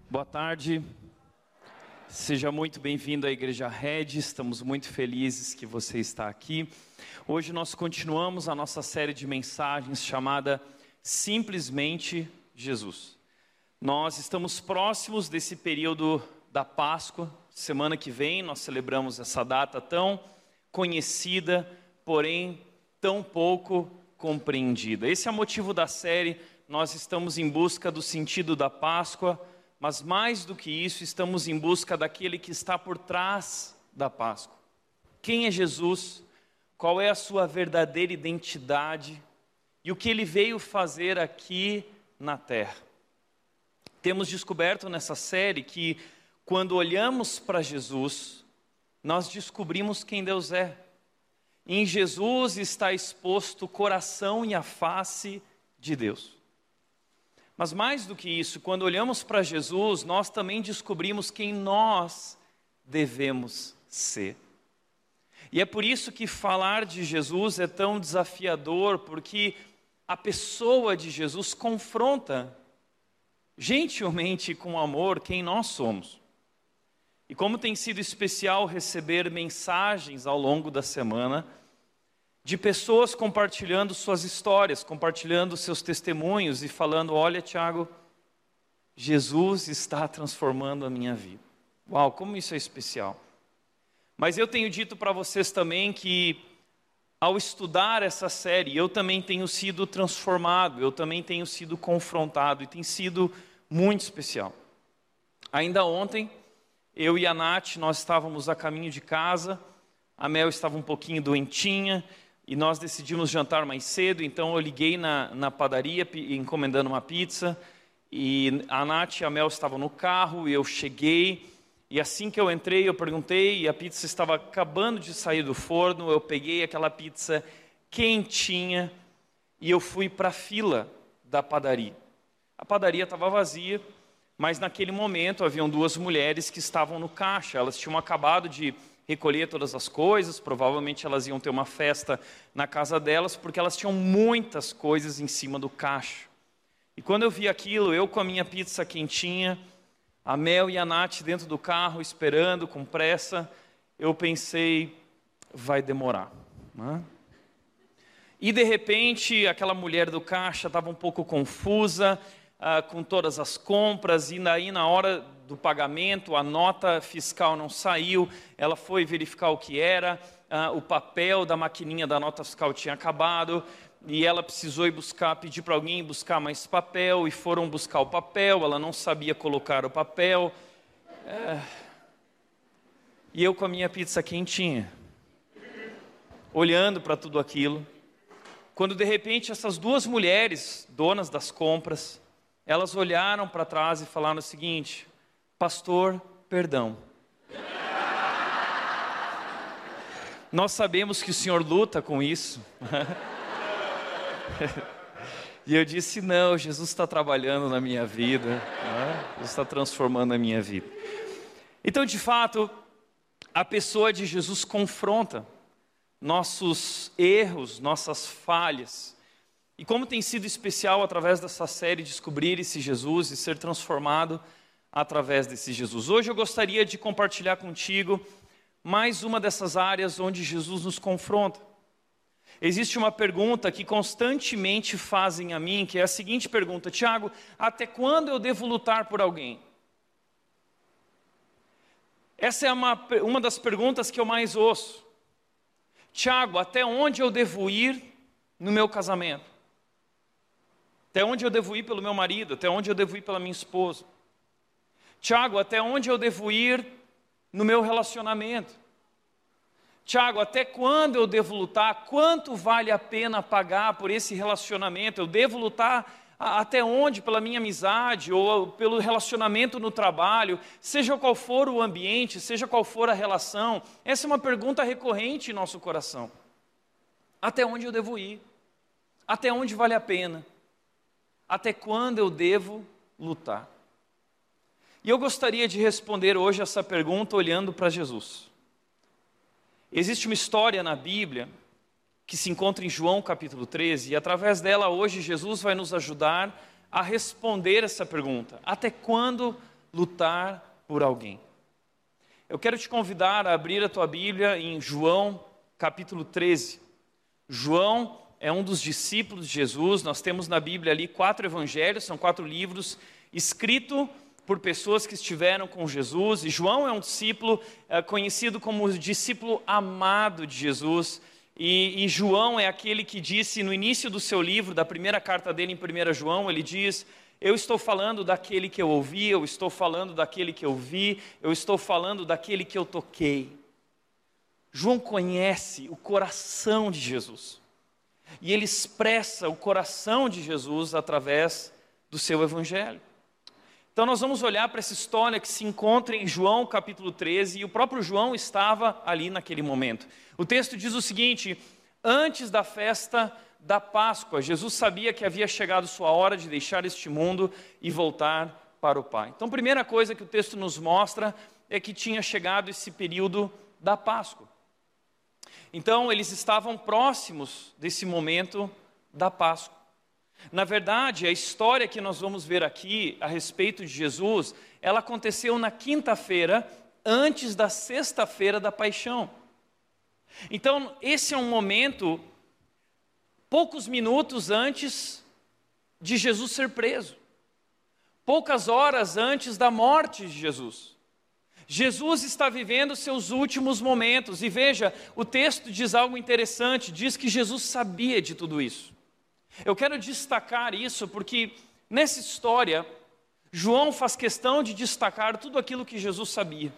Boa tarde, seja muito bem-vindo à Igreja Red, estamos muito felizes que você está aqui. Hoje nós continuamos a nossa série de mensagens chamada Simplesmente Jesus. Nós estamos próximos desse período da Páscoa, semana que vem nós celebramos essa data tão conhecida, porém tão pouco compreendida. Esse é o motivo da série, nós estamos em busca do sentido da Páscoa, mas mais do que isso, estamos em busca daquele que está por trás da Páscoa. Quem é Jesus? Qual é a sua verdadeira identidade? E o que ele veio fazer aqui na terra? Temos descoberto nessa série que quando olhamos para Jesus, nós descobrimos quem Deus é. Em Jesus está exposto o coração e a face de Deus. Mas mais do que isso, quando olhamos para Jesus, nós também descobrimos quem nós devemos ser. E é por isso que falar de Jesus é tão desafiador, porque a pessoa de Jesus confronta gentilmente com amor quem nós somos. E como tem sido especial receber mensagens ao longo da semana de pessoas compartilhando suas histórias, compartilhando seus testemunhos e falando: olha, Tiago, Jesus está transformando a minha vida. Uau, como isso é especial. Mas eu tenho dito para vocês também que ao estudar essa série, eu também tenho sido transformado, eu também tenho sido confrontado e tem sido muito especial. Ainda ontem, eu e a Nath, nós estávamos a caminho de casa, a Mel estava um pouquinho doentinha, e nós decidimos jantar mais cedo, então eu liguei na padaria encomendando uma pizza, e a Nath e a Mel estavam no carro, e eu cheguei, e assim que eu entrei, eu perguntei, e a pizza estava acabando de sair do forno, eu peguei aquela pizza quentinha, e eu fui para a fila da padaria. A padaria estava vazia, mas naquele momento haviam duas mulheres que estavam no caixa, elas tinham acabado de recolher todas as coisas, provavelmente elas iam ter uma festa na casa delas, porque elas tinham muitas coisas em cima do caixa. E quando eu vi aquilo, eu com a minha pizza quentinha, a Mel e a Nath dentro do carro, esperando com pressa, eu pensei, vai demorar, né? E de repente, aquela mulher do caixa estava um pouco confusa, com todas as compras, e daí na hora do pagamento, a nota fiscal não saiu, ela foi verificar o que era, o papel da maquininha da nota fiscal tinha acabado, e ela precisou ir buscar, pedir para alguém buscar mais papel, e foram buscar o papel, ela não sabia colocar o papel, e eu com a minha pizza quentinha, olhando para tudo aquilo, quando de repente essas duas mulheres, donas das compras, elas olharam para trás e falaram o seguinte: pastor, perdão. Nós sabemos que o senhor luta com isso. E eu disse: não, Jesus está trabalhando na minha vida, Jesus está transformando a minha vida. Então, de fato, a pessoa de Jesus confronta nossos erros, nossas falhas. E como tem sido especial através dessa série descobrir esse Jesus e ser transformado através desse Jesus. Hoje eu gostaria de compartilhar contigo mais uma dessas áreas onde Jesus nos confronta. Existe uma pergunta que constantemente fazem a mim, que é a seguinte pergunta: Tiago, até quando eu devo lutar por alguém? Essa é uma das perguntas que eu mais ouço. Tiago, até onde eu devo ir no meu casamento? Até onde eu devo ir pelo meu marido? Até onde eu devo ir pela minha esposa? Tiago, até onde eu devo ir no meu relacionamento? Tiago, até quando eu devo lutar? Quanto vale a pena pagar por esse relacionamento? Eu devo lutar até onde pela minha amizade ou pelo relacionamento no trabalho? Seja qual for o ambiente, seja qual for a relação. Essa é uma pergunta recorrente em nosso coração. Até onde eu devo ir? Até onde vale a pena? Até quando eu devo lutar? E eu gostaria de responder hoje essa pergunta olhando para Jesus. Existe uma história na Bíblia que se encontra em João capítulo 13, e através dela hoje Jesus vai nos ajudar a responder essa pergunta. Até quando lutar por alguém. Eu quero te convidar a abrir a tua Bíblia em João, capítulo 13. João é um dos discípulos de Jesus. Nós temos na Bíblia ali 4 evangelhos, são 4 livros, escritos por pessoas que estiveram com Jesus. E João é um discípulo conhecido como o discípulo amado de Jesus. E João é aquele que disse no início do seu livro, da primeira carta dele em 1 João, ele diz: eu estou falando daquele que eu ouvi, eu estou falando daquele que eu vi, eu estou falando daquele que eu toquei. João conhece o coração de Jesus. E ele expressa o coração de Jesus através do seu evangelho. Então nós vamos olhar para essa história que se encontra em João capítulo 13, e o próprio João estava ali naquele momento. O texto diz o seguinte: antes da festa da Páscoa, Jesus sabia que havia chegado sua hora de deixar este mundo e voltar para o Pai. Então a primeira coisa que o texto nos mostra é que tinha chegado esse período da Páscoa. Então eles estavam próximos desse momento da Páscoa. Na verdade, a história que nós vamos ver aqui a respeito de Jesus, ela aconteceu na quinta-feira, antes da sexta-feira da paixão. Então, esse é um momento, poucos minutos antes de Jesus ser preso. Poucas horas antes da morte de Jesus. Jesus está vivendo seus últimos momentos. E veja, o texto diz algo interessante, diz que Jesus sabia de tudo isso. Eu quero destacar isso porque nessa história, João faz questão de destacar tudo aquilo que Jesus sabia.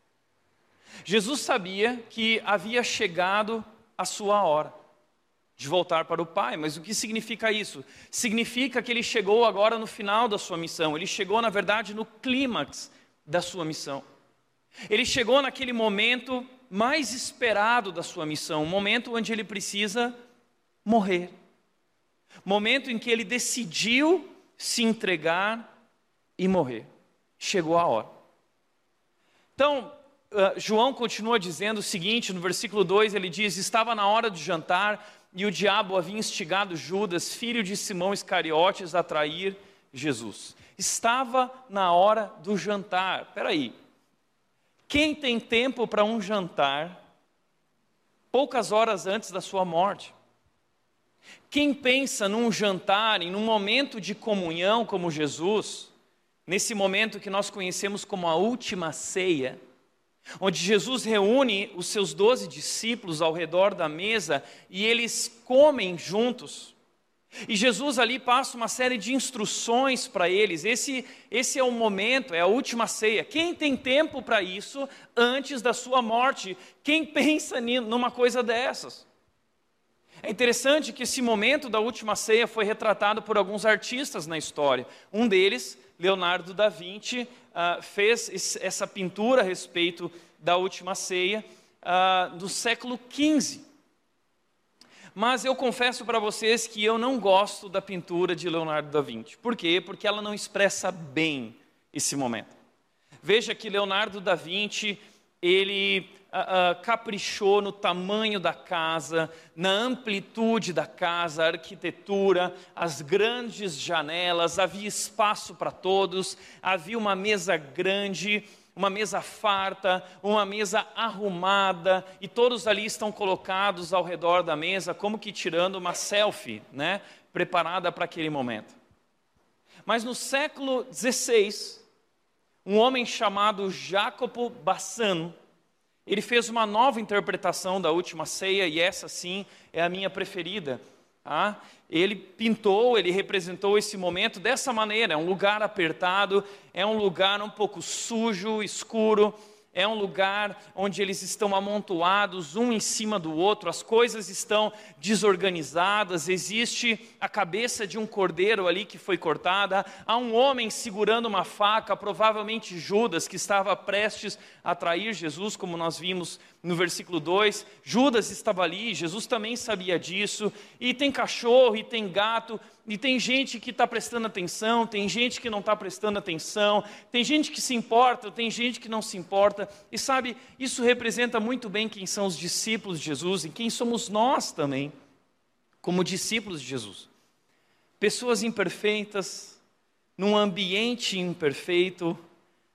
Jesus sabia que havia chegado a sua hora de voltar para o Pai. Mas o que significa isso? Significa que ele chegou agora no final da sua missão. Ele chegou, na verdade, no clímax da sua missão. Ele chegou naquele momento mais esperado da sua missão, um momento onde ele precisa morrer. Momento em que ele decidiu se entregar e morrer. Chegou a hora. Então, João continua dizendo o seguinte, no versículo 2 ele diz: estava na hora do jantar e o diabo havia instigado Judas, filho de Simão Iscariotes, a trair Jesus. Estava na hora do jantar. Espera aí. Quem tem tempo para um jantar poucas horas antes da sua morte? Quem pensa num jantar, em um momento de comunhão como Jesus, nesse momento que nós conhecemos como a última ceia, onde Jesus reúne os seus 12 discípulos ao redor da mesa e eles comem juntos. E Jesus ali passa uma série de instruções para eles. Esse é o momento, é a última ceia. Quem tem tempo para isso antes da sua morte? Quem pensa numa coisa dessas? É interessante que esse momento da última ceia foi retratado por alguns artistas na história. Um deles, Leonardo da Vinci, fez essa pintura a respeito da última ceia do século XV. Mas eu confesso para vocês que eu não gosto da pintura de Leonardo da Vinci. Por quê? Porque ela não expressa bem esse momento. Veja que Leonardo da Vinci, ele caprichou no tamanho da casa, na amplitude da casa, a arquitetura, as grandes janelas, havia espaço para todos, havia uma mesa grande, uma mesa farta, uma mesa arrumada, e todos ali estão colocados ao redor da mesa, como que tirando uma selfie, né, preparada para aquele momento. Mas no século XVI, um homem chamado Jacopo Bassano, ele fez uma nova interpretação da última ceia, e essa sim é a minha preferida. Ele pintou, ele representou esse momento dessa maneira. É um lugar apertado, é um lugar um pouco sujo, escuro, é um lugar onde eles estão amontoados um em cima do outro, as coisas estão desorganizadas, existe a cabeça de um cordeiro ali que foi cortada, há um homem segurando uma faca, provavelmente Judas, que estava prestes a trair Jesus, como nós vimos no versículo 2, Judas estava ali, Jesus também sabia disso, e tem cachorro, e tem gato, e tem gente que está prestando atenção, tem gente que não está prestando atenção, tem gente que se importa, tem gente que não se importa, e sabe, isso representa muito bem quem são os discípulos de Jesus, e quem somos nós também, como discípulos de Jesus. Pessoas imperfeitas, num ambiente imperfeito,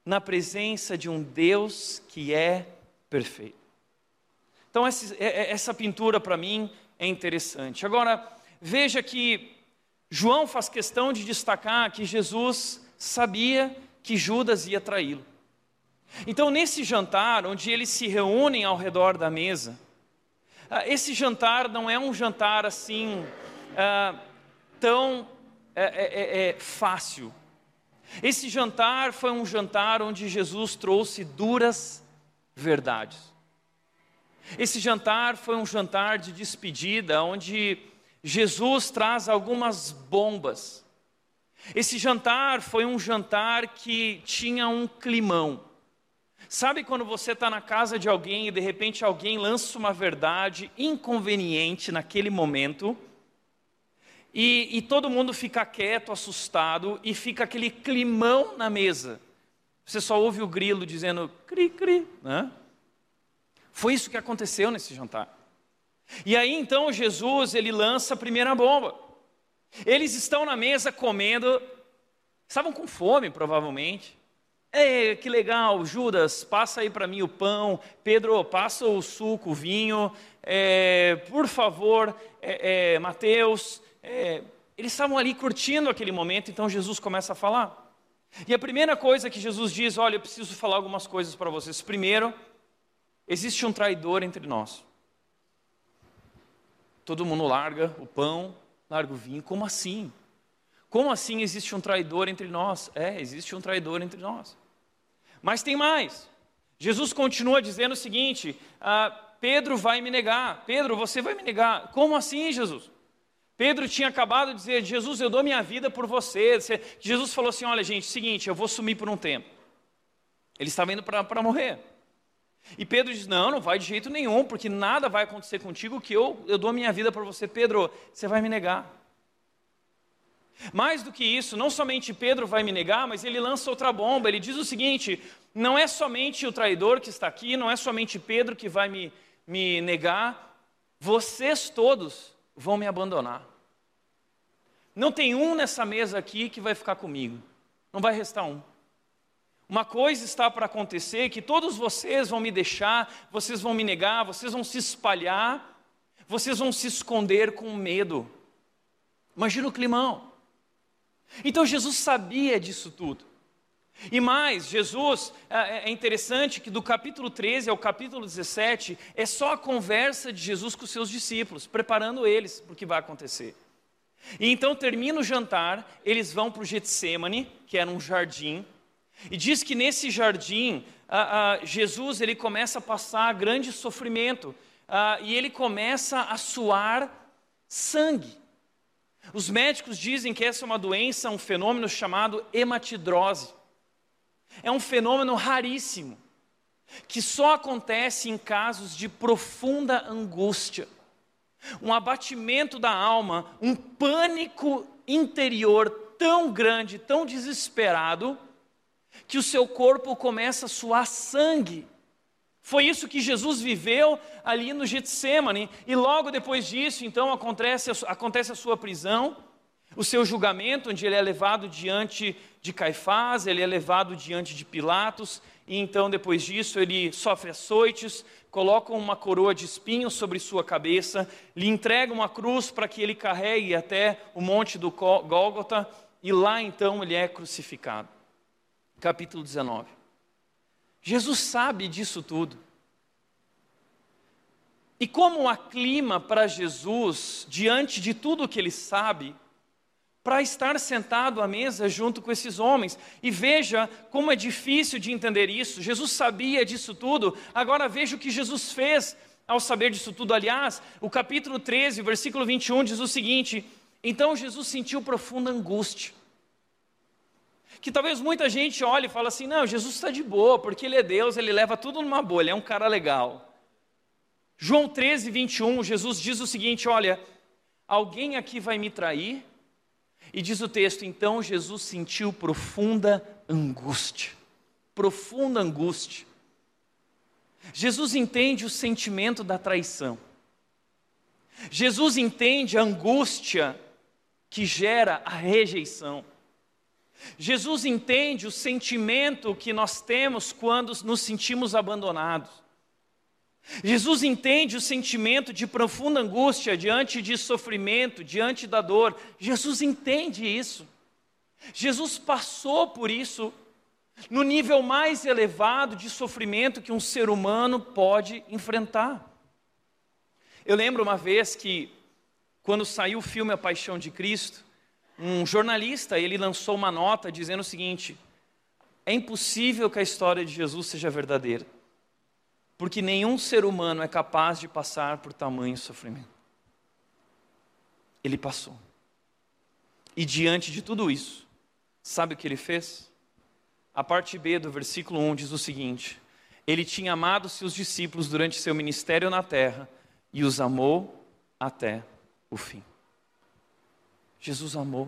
na presença de um Deus que é perfeito. Então essa pintura para mim é interessante. Agora, veja que João faz questão de destacar que Jesus sabia que Judas ia traí-lo. Então, nesse jantar, onde eles se reúnem ao redor da mesa, esse jantar não é um jantar assim tão fácil. Esse jantar foi um jantar onde Jesus trouxe duras verdades. Esse jantar foi um jantar de despedida, onde Jesus traz algumas bombas. Esse jantar foi um jantar que tinha um climão. Sabe quando você está na casa de alguém e de repente alguém lança uma verdade inconveniente naquele momento e todo mundo fica quieto, assustado e fica aquele climão na mesa. Você só ouve o grilo dizendo cri, cri, né? Foi isso que aconteceu nesse jantar. E aí então Jesus, ele lança a primeira bomba. Eles estão na mesa comendo, estavam com fome provavelmente. Que legal, Judas, passa aí para mim o pão. Pedro, passa o suco, o vinho. Por favor, Mateus. Eles estavam ali curtindo aquele momento, então Jesus começa a falar. E a primeira coisa que Jesus diz, olha, eu preciso falar algumas coisas para vocês. Primeiro, existe um traidor entre nós. Todo mundo larga o pão, larga o vinho. Como assim? Como assim existe um traidor entre nós? Existe um traidor entre nós. Mas tem mais. Jesus continua dizendo o seguinte, Pedro vai me negar. Pedro, você vai me negar. Como assim, Jesus? Pedro tinha acabado de dizer, Jesus, eu dou minha vida por você. Jesus falou assim, olha gente, seguinte, eu vou sumir por um tempo. Ele estava indo para morrer. E Pedro diz, não vai de jeito nenhum, porque nada vai acontecer contigo que eu dou minha vida por você. Pedro, você vai me negar. Mais do que isso, não somente Pedro vai me negar, mas ele lança outra bomba. Ele diz o seguinte, não é somente o traidor que está aqui, não é somente Pedro que vai me negar, vocês todos vão me abandonar. Não tem um nessa mesa aqui que vai ficar comigo, não vai restar um. Uma coisa está para acontecer, que todos vocês vão me deixar, vocês vão me negar, vocês vão se espalhar, vocês vão se esconder com medo. Imagina o climão. Então Jesus sabia disso tudo. E mais, Jesus, é interessante que do capítulo 13 ao capítulo 17, é só a conversa de Jesus com os seus discípulos, preparando eles para o que vai acontecer. E então termina o jantar, eles vão para o Getsêmani, que era um jardim, e diz que nesse jardim, Jesus ele começa a passar grande sofrimento, e ele começa a suar sangue. Os médicos dizem que essa é uma doença, um fenômeno chamado hematidrose. É um fenômeno raríssimo, que só acontece em casos de profunda angústia, um abatimento da alma, um pânico interior tão grande, tão desesperado, que o seu corpo começa a suar sangue. Foi isso que Jesus viveu ali no Getsêmani, e logo depois disso, então, acontece a sua prisão, o seu julgamento, onde ele é levado diante de Caifás, ele é levado diante de Pilatos, e então depois disso ele sofre açoites, colocam uma coroa de espinhos sobre sua cabeça, lhe entregam uma cruz para que ele carregue até o monte do Gólgota, e lá então ele é crucificado. Capítulo 19. Jesus sabe disso tudo. E como há clima para Jesus, diante de tudo o que ele sabe, para estar sentado à mesa junto com esses homens. E veja como é difícil de entender isso. Jesus sabia disso tudo. Agora veja o que Jesus fez ao saber disso tudo. Aliás, o capítulo 13, versículo 21 diz o seguinte: então Jesus sentiu profunda angústia. Que talvez muita gente olhe e fale assim, não, Jesus está de boa, porque ele é Deus, ele leva tudo numa boa, ele é um cara legal. João 13, 21, Jesus diz o seguinte, olha, alguém aqui vai me trair? E diz o texto, então Jesus sentiu profunda angústia. Profunda angústia. Jesus entende o sentimento da traição. Jesus entende a angústia que gera a rejeição. Jesus entende o sentimento que nós temos quando nos sentimos abandonados. Jesus entende o sentimento de profunda angústia diante de sofrimento, diante da dor. Jesus entende isso. Jesus passou por isso no nível mais elevado de sofrimento que um ser humano pode enfrentar. Eu lembro uma vez que, quando saiu o filme A Paixão de Cristo, um jornalista, ele lançou uma nota dizendo o seguinte: é impossível que a história de Jesus seja verdadeira, porque nenhum ser humano é capaz de passar por tamanho sofrimento. Ele passou. E diante de tudo isso, sabe o que ele fez? A parte B do versículo 1 diz o seguinte: ele tinha amado seus discípulos durante seu ministério na terra e os amou até o fim. Jesus amou.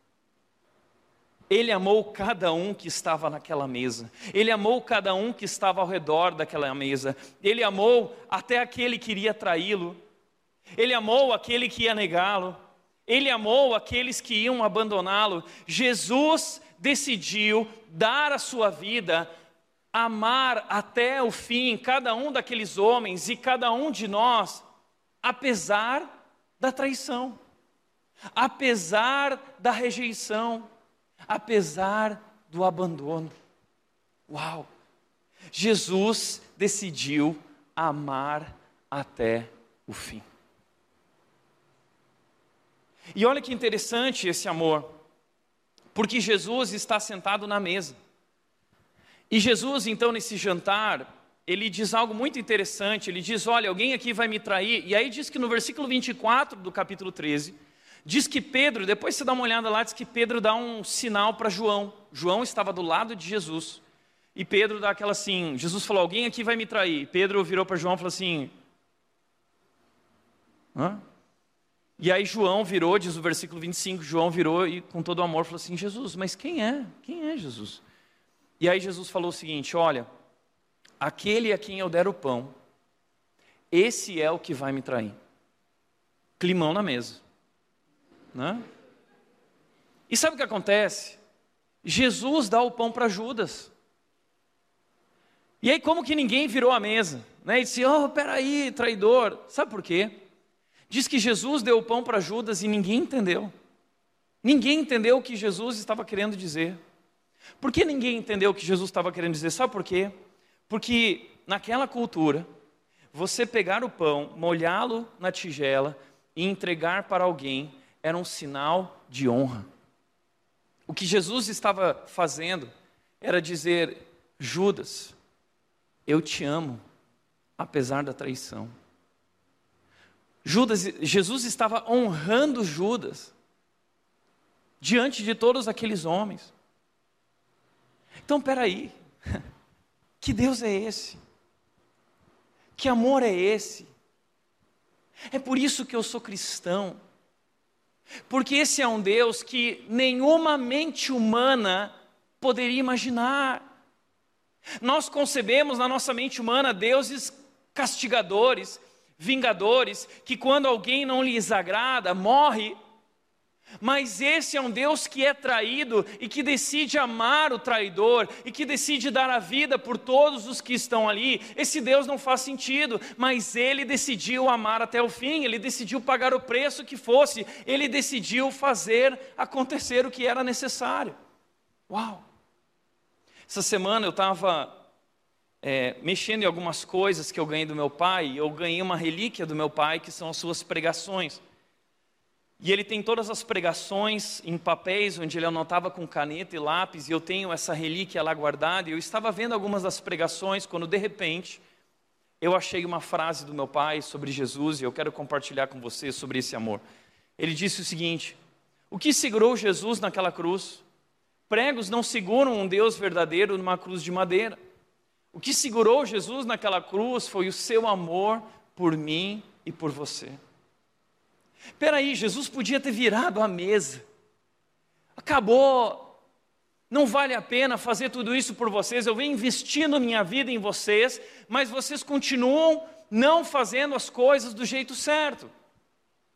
Ele amou cada um que estava naquela mesa. Ele amou cada um que estava ao redor daquela mesa. Ele amou até aquele que iria traí-lo. Ele amou aquele que ia negá-lo. Ele amou aqueles que iam abandoná-lo. Jesus decidiu dar a sua vida, amar até o fim cada um daqueles homens e cada um de nós, apesar da traição, apesar da rejeição, apesar do abandono. Uau! Jesus decidiu amar até o fim. E olha que interessante esse amor, porque Jesus está sentado na mesa. E Jesus, então, nesse jantar, ele diz algo muito interessante. Ele diz: olha, alguém aqui vai me trair. E aí diz que no versículo 24 do capítulo 13, diz que Pedro, depois você dá uma olhada lá, diz que Pedro dá um sinal para João. João estava do lado de Jesus. E Pedro dá aquela assim, Jesus falou: alguém aqui vai me trair. E Pedro virou para João e falou assim: hã? E aí João virou, diz o versículo 25, João virou e com todo o amor falou assim: Jesus, mas quem é? Quem é Jesus? E aí Jesus falou o seguinte: olha, aquele a quem eu der o pão, esse é o que vai me trair. Climão na mesa, né? E sabe o que acontece? Jesus dá o pão para Judas. E aí como que ninguém virou a mesa, né? E disse: oh, peraí, traidor. Sabe por quê? Diz que Jesus deu o pão para Judas e ninguém entendeu. Ninguém entendeu o que Jesus estava querendo dizer. Por que ninguém entendeu o que Jesus estava querendo dizer? Sabe por quê? Porque naquela cultura, você pegar o pão, molhá-lo na tigela e entregar para alguém era um sinal de honra. O que Jesus estava fazendo era dizer: Judas, eu te amo, apesar da traição. Jesus estava honrando Judas diante de todos aqueles homens. Então, peraí, que Deus é esse? Que amor é esse? É por isso que eu sou cristão, porque esse é um Deus que nenhuma mente humana poderia imaginar. Nós concebemos na nossa mente humana deuses castigadores, vingadores, que quando alguém não lhes agrada, morre. Mas esse é um Deus que é traído e que decide amar o traidor e que decide dar a vida por todos os que estão ali. Esse Deus não faz sentido, mas ele decidiu amar até o fim, ele decidiu pagar o preço que fosse, ele decidiu fazer acontecer o que era necessário. Uau! Essa semana eu estava mexendo em algumas coisas que eu ganhei do meu pai. Eu ganhei uma relíquia do meu pai, que são as suas pregações. E ele tem todas as pregações em papéis, onde ele anotava com caneta e lápis, e eu tenho essa relíquia lá guardada. E eu estava vendo algumas das pregações, quando de repente eu achei uma frase do meu pai sobre Jesus, e eu quero compartilhar com você sobre esse amor. Ele disse o seguinte: o que segurou Jesus naquela cruz? Pregos não seguram um Deus verdadeiro numa cruz de madeira. O que segurou Jesus naquela cruz foi o seu amor por mim e por você. Espera aí, Jesus podia ter virado a mesa. Acabou. Não vale a pena fazer tudo isso por vocês. Eu venho investindo minha vida em vocês, mas vocês continuam não fazendo as coisas do jeito certo.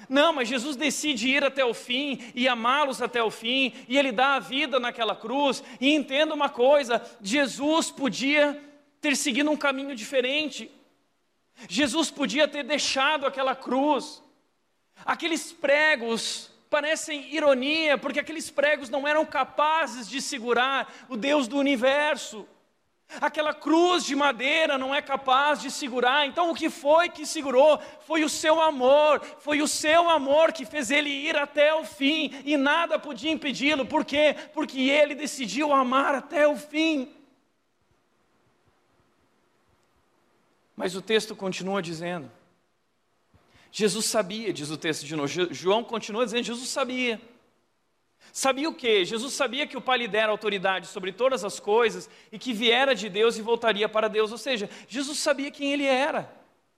Não, mas Jesus decide ir até o fim e amá-los até o fim, e Ele dá a vida naquela cruz. E entenda uma coisa, Jesus podia ter seguido um caminho diferente. Jesus podia ter deixado aquela cruz. Aqueles pregos parecem ironia, porque aqueles pregos não eram capazes de segurar o Deus do universo. Aquela cruz de madeira não é capaz de segurar. Então o que foi que segurou? Foi o seu amor. Foi o seu amor que fez ele ir até o fim. E nada podia impedi-lo. Por quê? Porque ele decidiu amar até o fim. Mas o texto continua dizendo. Jesus sabia, diz o texto de novo. João continua dizendo, Jesus sabia. Sabia o quê? Jesus sabia que o Pai lhe dera autoridade sobre todas as coisas e que viera de Deus e voltaria para Deus. Ou seja, Jesus sabia quem Ele era.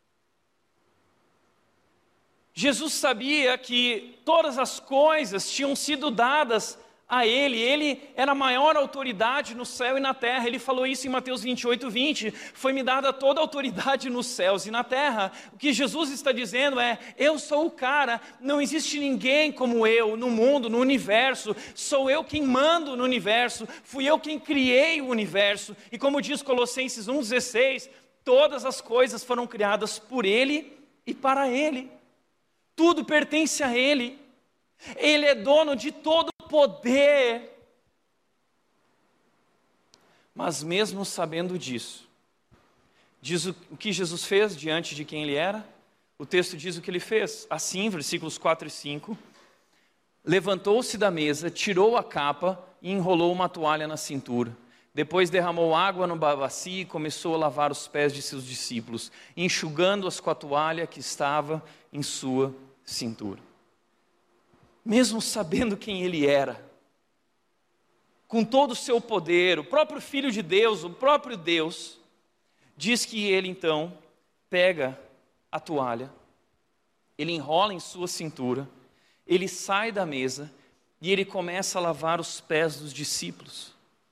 Jesus sabia que todas as coisas tinham sido dadas a Ele. Ele era a maior autoridade no céu e na terra. Ele falou isso em Mateus 28:20. Foi-me dada toda a autoridade nos céus e na terra. O que Jesus está dizendo é, eu sou o cara, não existe ninguém como eu no mundo, no universo. Sou eu quem mando no universo. Fui eu quem criei o universo. E como diz Colossenses 1:16, todas as coisas foram criadas por Ele e para Ele. Tudo pertence a Ele. Ele é dono de todo poder. Mas mesmo sabendo disso, diz o que Jesus fez diante de quem Ele era? O texto diz o que Ele fez. Assim, versículos 4 e 5. Levantou-se da mesa, tirou a capa e enrolou uma toalha na cintura. Depois derramou água no bacia e começou a lavar os pés de seus discípulos, enxugando-as com a toalha que estava em sua cintura. Mesmo sabendo quem Ele era, com todo o seu poder, o próprio Filho de Deus, o próprio Deus, diz que Ele então pega a toalha, Ele enrola em sua cintura, Ele sai da mesa e Ele começa a lavar os pés dos discípulos.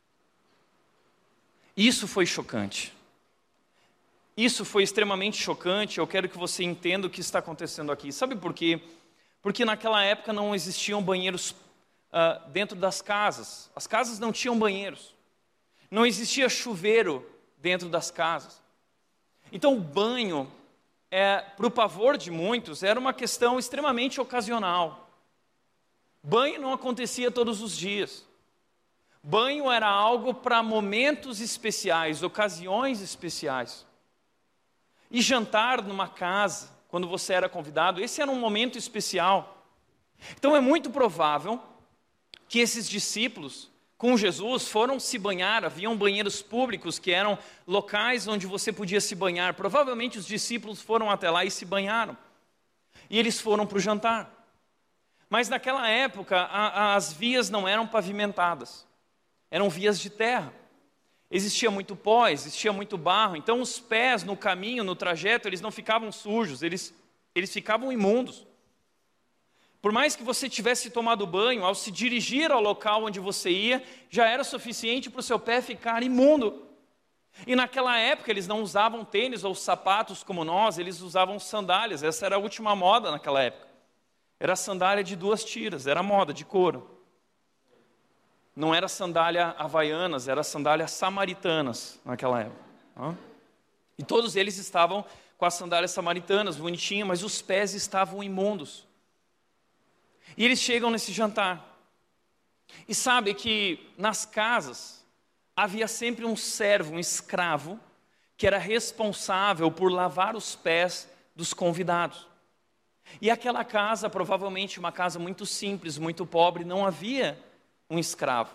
Isso foi chocante. Isso foi extremamente chocante. Eu quero que você entenda o que está acontecendo aqui. Sabe por quê? Porque naquela época não existiam banheiros dentro das casas. As casas não tinham banheiros. Não existia chuveiro dentro das casas. Então o banho, para o pavor de muitos, era uma questão extremamente ocasional. Banho não acontecia todos os dias. Banho era algo para momentos especiais, ocasiões especiais. E jantar numa casa, quando você era convidado, esse era um momento especial. Então é muito provável que esses discípulos, com Jesus, foram se banhar. Haviam banheiros públicos que eram locais onde você podia se banhar. Provavelmente os discípulos foram até lá e se banharam. E eles foram para o jantar. Mas naquela época as vias não eram pavimentadas. Eram vias de terra. Existia muito pó, existia muito barro. Então os pés no caminho, no trajeto, eles não ficavam sujos, eles ficavam imundos. Por mais que você tivesse tomado banho, ao se dirigir ao local onde você ia, já era suficiente para o seu pé ficar imundo. E naquela época eles não usavam tênis ou sapatos como nós, eles usavam sandálias. Essa era a última moda naquela época. Era a sandália de 2 tiras, era a moda de couro. Não era sandália havaianas, era sandália samaritanas naquela época. E todos eles estavam com as sandálias samaritanas, bonitinho, mas os pés estavam imundos. E eles chegam nesse jantar. E sabe que nas casas havia sempre um servo, um escravo, que era responsável por lavar os pés dos convidados. E aquela casa, provavelmente uma casa muito simples, muito pobre, não havia um escravo.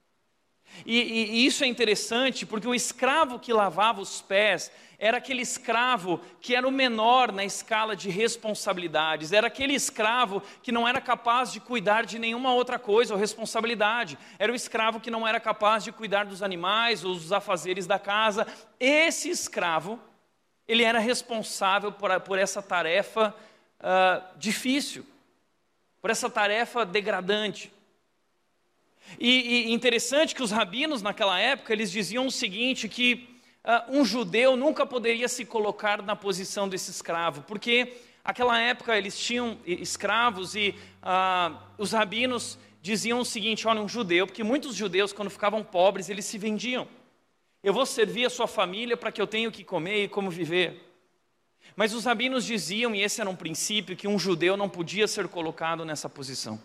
E isso é interessante porque o escravo que lavava os pés era aquele escravo que era o menor na escala de responsabilidades, era aquele escravo que não era capaz de cuidar de nenhuma outra coisa ou responsabilidade, era o escravo que não era capaz de cuidar dos animais ou dos afazeres da casa. Esse escravo, ele era responsável por essa tarefa difícil, por essa tarefa degradante. E interessante que os rabinos naquela época, eles diziam o seguinte, que um judeu nunca poderia se colocar na posição desse escravo, porque Aquela época eles tinham escravos e os rabinos diziam o seguinte: olha, um judeu, porque muitos judeus quando ficavam pobres eles se vendiam. Eu vou servir a sua família para que eu tenha o que comer e como viver. Mas os rabinos diziam, e esse era um princípio, que um judeu não podia ser colocado nessa posição.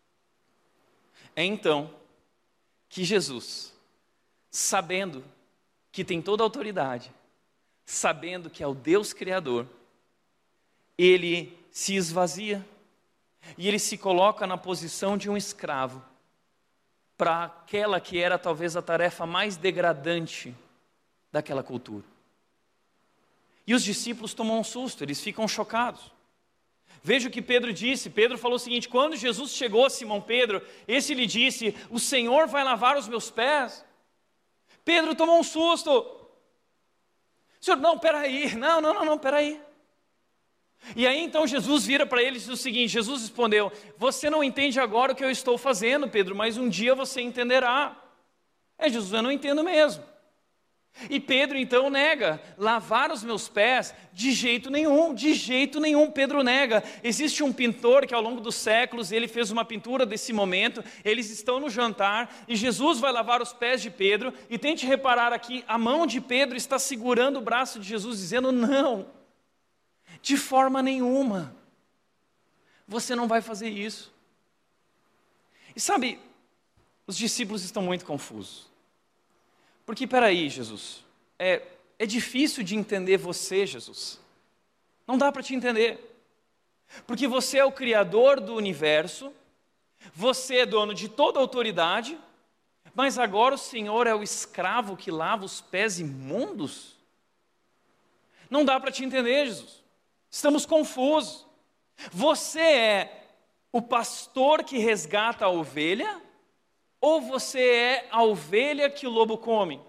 É então que Jesus, sabendo que tem toda a autoridade, sabendo que é o Deus Criador, ele se esvazia e ele se coloca na posição de um escravo para aquela que era talvez a tarefa mais degradante daquela cultura. E os discípulos tomam um susto, eles ficam chocados. Veja o que Pedro disse. Pedro falou o seguinte: quando Jesus chegou a Simão Pedro, esse lhe disse: o Senhor vai lavar os meus pés? Pedro tomou um susto. Senhor, não, peraí, não, peraí. E aí então Jesus vira para ele e diz o seguinte: Jesus respondeu: você não entende agora o que eu estou fazendo, Pedro, mas um dia você entenderá. Jesus, eu não entendo mesmo. E Pedro então nega: lavar os meus pés? De jeito nenhum, Pedro nega. Existe um pintor que ao longo dos séculos, ele fez uma pintura desse momento, eles estão no jantar, e Jesus vai lavar os pés de Pedro, e tente reparar aqui, a mão de Pedro está segurando o braço de Jesus, dizendo: não, de forma nenhuma, você não vai fazer isso. E sabe, os discípulos estão muito confusos. Porque, peraí, Jesus, é difícil de entender você, Jesus. Não dá para te entender. Porque você é o Criador do universo, você é dono de toda a autoridade, mas agora o Senhor é o escravo que lava os pés imundos? Não dá para te entender, Jesus. Estamos confusos. Você é o pastor que resgata a ovelha? Ou você é a ovelha que o lobo come?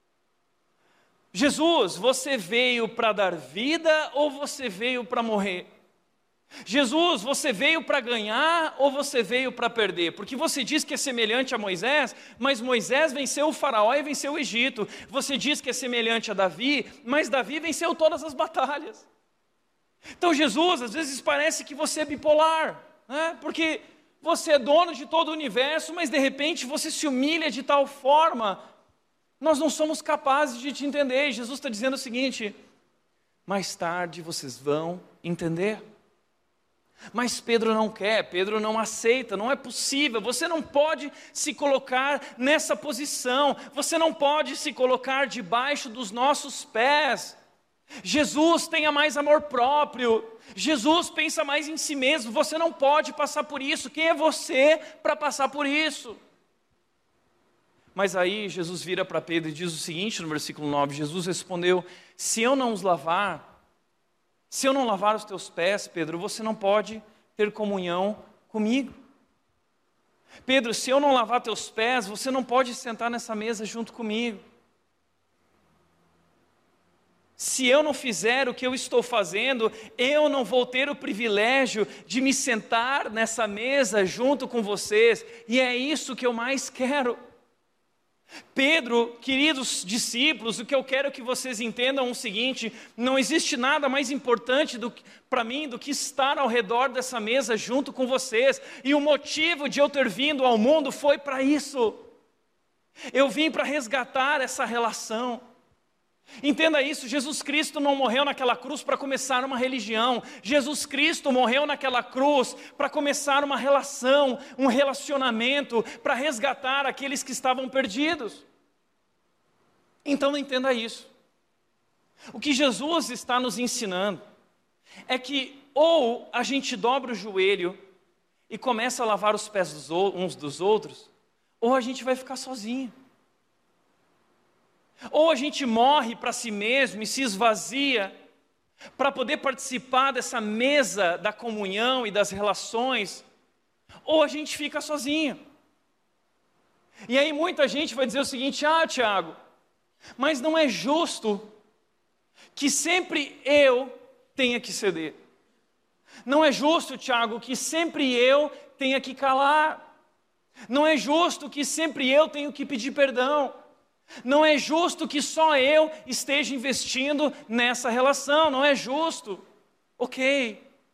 Jesus, você veio para dar vida ou você veio para morrer? Jesus, você veio para ganhar ou você veio para perder? Porque você diz que é semelhante a Moisés, mas Moisés venceu o faraó e venceu o Egito. Você diz que é semelhante a Davi, mas Davi venceu todas as batalhas. Então Jesus, às vezes parece que você é bipolar, né? Porque você é dono de todo o universo, mas de repente você se humilha de tal forma, nós não somos capazes de te entender. E Jesus está dizendo o seguinte: mais tarde vocês vão entender. Mas Pedro não quer, Pedro não aceita, não é possível, você não pode se colocar nessa posição, você não pode se colocar debaixo dos nossos pés. Jesus tenha mais amor próprio, Jesus pensa mais em si mesmo, você não pode passar por isso. Quem é você para passar por isso? Mas aí Jesus vira para Pedro e diz o seguinte no versículo 9, Jesus respondeu: se eu não lavar os teus pés, Pedro, você não pode ter comunhão comigo. Pedro, se eu não lavar teus pés, você não pode sentar nessa mesa junto comigo. Se eu não fizer o que eu estou fazendo, eu não vou ter o privilégio de me sentar nessa mesa junto com vocês, e é isso que eu mais quero. Pedro, queridos discípulos, o que eu quero que vocês entendam é o seguinte: não existe nada mais importante para mim do que estar ao redor dessa mesa junto com vocês, e o motivo de eu ter vindo ao mundo foi para isso. Eu vim para resgatar essa relação. Entenda isso, Jesus Cristo não morreu naquela cruz para começar uma religião. Jesus Cristo morreu naquela cruz para começar uma relação, um relacionamento, para resgatar aqueles que estavam perdidos. Então entenda isso. O que Jesus está nos ensinando é que ou a gente dobra o joelho e começa a lavar os pés uns dos outros, ou a gente vai ficar sozinho. Ou a gente morre para si mesmo e se esvazia para poder participar dessa mesa da comunhão e das relações, ou a gente fica sozinho. E aí muita gente vai dizer o seguinte: Tiago, mas não é justo que sempre eu tenha que ceder. Não é justo, Tiago, que sempre eu tenha que calar. Não é justo que sempre eu tenho que pedir perdão. Não é justo que só eu esteja investindo nessa relação, não é justo. Ok,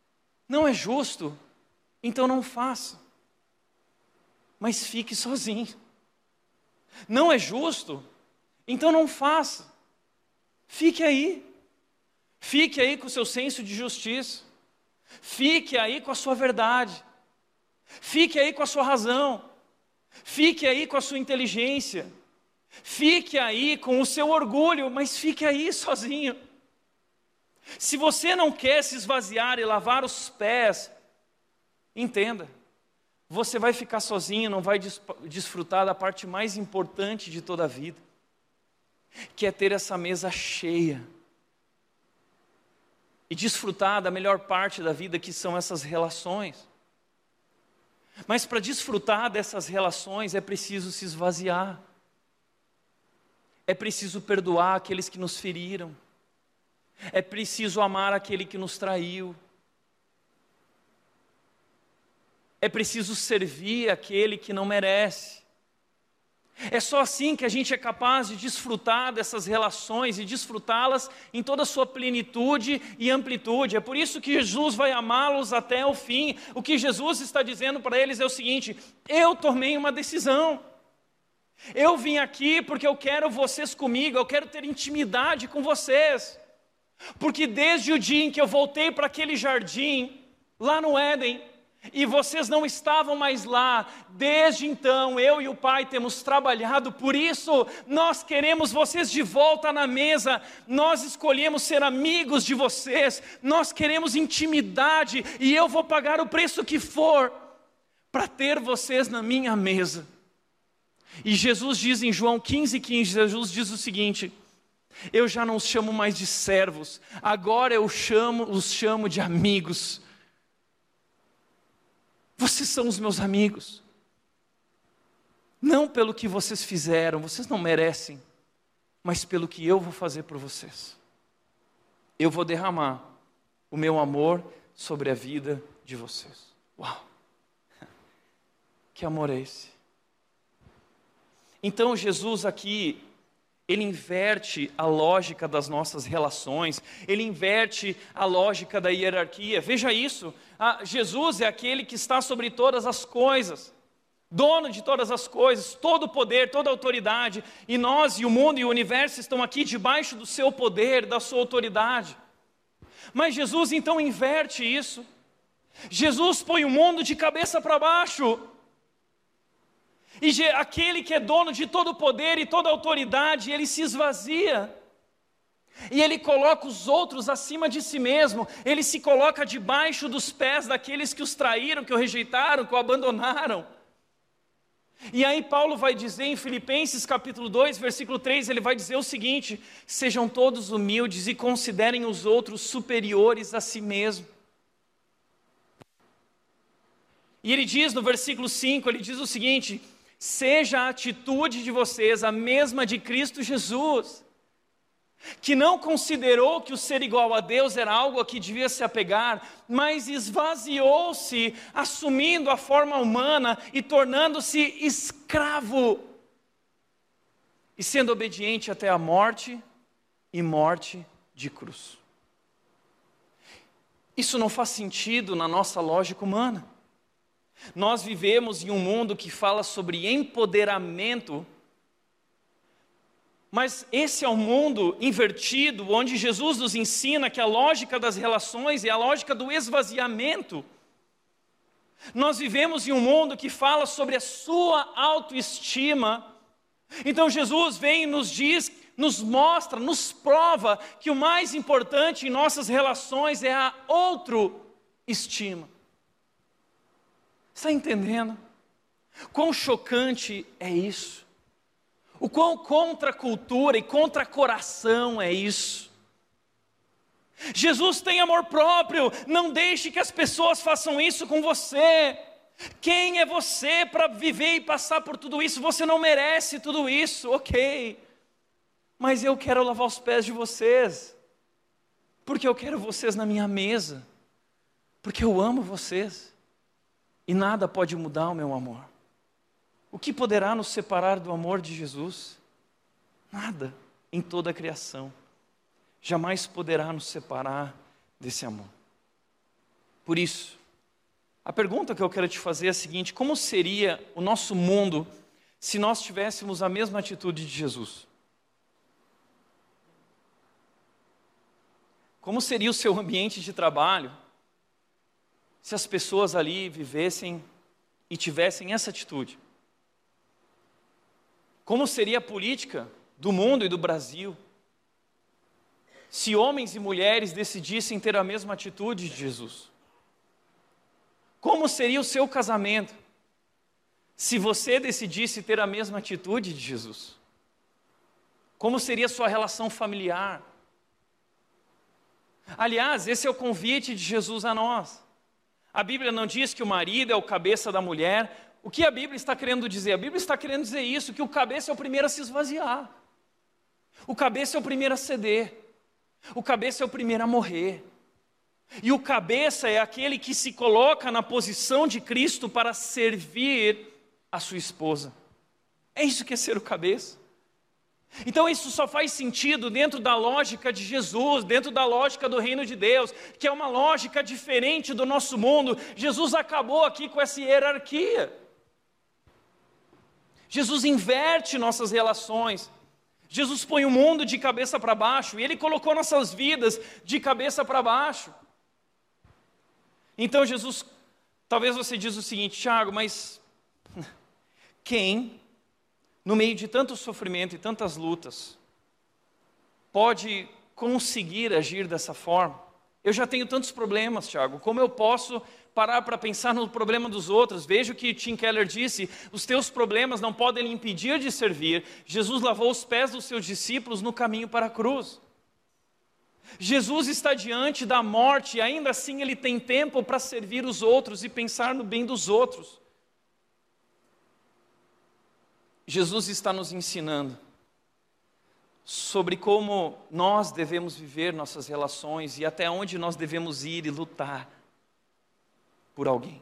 Não é justo, então não faça. Mas fique sozinho. Não é justo, então não faça. Fique aí. Fique aí com o seu senso de justiça. Fique aí com a sua verdade. Fique aí com a sua razão. Fique aí com a sua inteligência. Fique aí com o seu orgulho, mas fique aí sozinho. Se você não quer se esvaziar e lavar os pés, entenda, você vai ficar sozinho, não vai desfrutar da parte mais importante de toda a vida, que é ter essa mesa cheia e desfrutar da melhor parte da vida, que são essas relações. Mas para desfrutar dessas relações é preciso se esvaziar, é preciso perdoar aqueles que nos feriram, é preciso amar aquele que nos traiu, é preciso servir aquele que não merece. É só assim que a gente é capaz de desfrutar dessas relações e desfrutá-las em toda a sua plenitude e amplitude. É por isso que Jesus vai amá-los até o fim. O que Jesus está dizendo para eles é o seguinte: eu tomei uma decisão. Eu vim aqui porque eu quero vocês comigo, eu quero ter intimidade com vocês. Porque desde o dia em que eu voltei para aquele jardim, lá no Éden, e vocês não estavam mais lá, desde então eu e o Pai temos trabalhado, por isso nós queremos vocês de volta na mesa, nós escolhemos ser amigos de vocês, nós queremos intimidade, e eu vou pagar o preço que for para ter vocês na minha mesa. E Jesus diz em João 15,15, Jesus diz o seguinte: eu já não os chamo mais de servos, agora eu os chamo de amigos. Vocês são os meus amigos, não pelo que vocês fizeram, vocês não merecem, mas pelo que eu vou fazer por vocês. Eu vou derramar o meu amor sobre a vida de vocês. Uau! Que amor é esse? Então Jesus aqui, ele inverte a lógica das nossas relações, ele inverte a lógica da hierarquia. Veja isso, Jesus é aquele que está sobre todas as coisas, dono de todas as coisas, todo o poder, toda a autoridade, e nós e o mundo e o universo estão aqui debaixo do seu poder, da sua autoridade. Mas Jesus então inverte isso. Jesus põe o mundo de cabeça para baixo. E aquele que é dono de todo o poder e toda a autoridade, ele se esvazia. E ele coloca os outros acima de si mesmo. Ele se coloca debaixo dos pés daqueles que os traíram, que o rejeitaram, que o abandonaram. E aí Paulo vai dizer em Filipenses capítulo 2, versículo 3, ele vai dizer o seguinte: sejam todos humildes e considerem os outros superiores a si mesmo. E ele diz no versículo 5, ele diz o seguinte: seja a atitude de vocês a mesma de Cristo Jesus, que não considerou que o ser igual a Deus era algo a que devia se apegar, mas esvaziou-se, assumindo a forma humana e tornando-se escravo, e sendo obediente até a morte, e morte de cruz. Isso não faz sentido na nossa lógica humana. Nós vivemos em um mundo que fala sobre empoderamento, mas esse é um mundo invertido, onde Jesus nos ensina que a lógica das relações é a lógica do esvaziamento. Nós vivemos em um mundo que fala sobre a sua autoestima. Então Jesus vem e nos diz, nos mostra, nos prova que o mais importante em nossas relações é a autoestima. Está entendendo? Quão chocante é isso? O quão contra a cultura e contra coração é isso? Jesus tem amor próprio, não deixe que as pessoas façam isso com você. Quem é você para viver e passar por tudo isso? Você não merece tudo isso, ok. Mas eu quero lavar os pés de vocês, porque eu quero vocês na minha mesa, porque eu amo vocês. E nada pode mudar o meu amor. O que poderá nos separar do amor de Jesus? Nada em toda a criação jamais poderá nos separar desse amor. Por isso, a pergunta que eu quero te fazer é a seguinte: como seria o nosso mundo se nós tivéssemos a mesma atitude de Jesus? Como seria o seu ambiente de trabalho se as pessoas ali vivessem e tivessem essa atitude? Como seria a política do mundo e do Brasil se homens e mulheres decidissem ter a mesma atitude de Jesus? Como seria o seu casamento se você decidisse ter a mesma atitude de Jesus? Como seria a sua relação familiar? Aliás, esse é o convite de Jesus a nós. A Bíblia não diz que o marido é o cabeça da mulher. O que a Bíblia está querendo dizer? A Bíblia está querendo dizer isso, que o cabeça é o primeiro a se esvaziar. O cabeça é o primeiro a ceder. O cabeça é o primeiro a morrer. E o cabeça é aquele que se coloca na posição de Cristo para servir a sua esposa. É isso que é ser o cabeça. Então isso só faz sentido dentro da lógica de Jesus, dentro da lógica do reino de Deus, que é uma lógica diferente do nosso mundo. Jesus acabou aqui com essa hierarquia. Jesus inverte nossas relações. Jesus põe o mundo de cabeça para baixo e Ele colocou nossas vidas de cabeça para baixo. Então Jesus, talvez você diz o seguinte: Tiago, mas quem, no meio de tanto sofrimento e tantas lutas, pode conseguir agir dessa forma? Eu já tenho tantos problemas, Tiago, como eu posso parar para pensar no problema dos outros? Veja o que Tim Keller disse: os teus problemas não podem lhe impedir de servir. Jesus lavou os pés dos seus discípulos no caminho para a cruz. Jesus está diante da morte e ainda assim Ele tem tempo para servir os outros e pensar no bem dos outros. Jesus está nos ensinando sobre como nós devemos viver nossas relações e até onde nós devemos ir e lutar por alguém.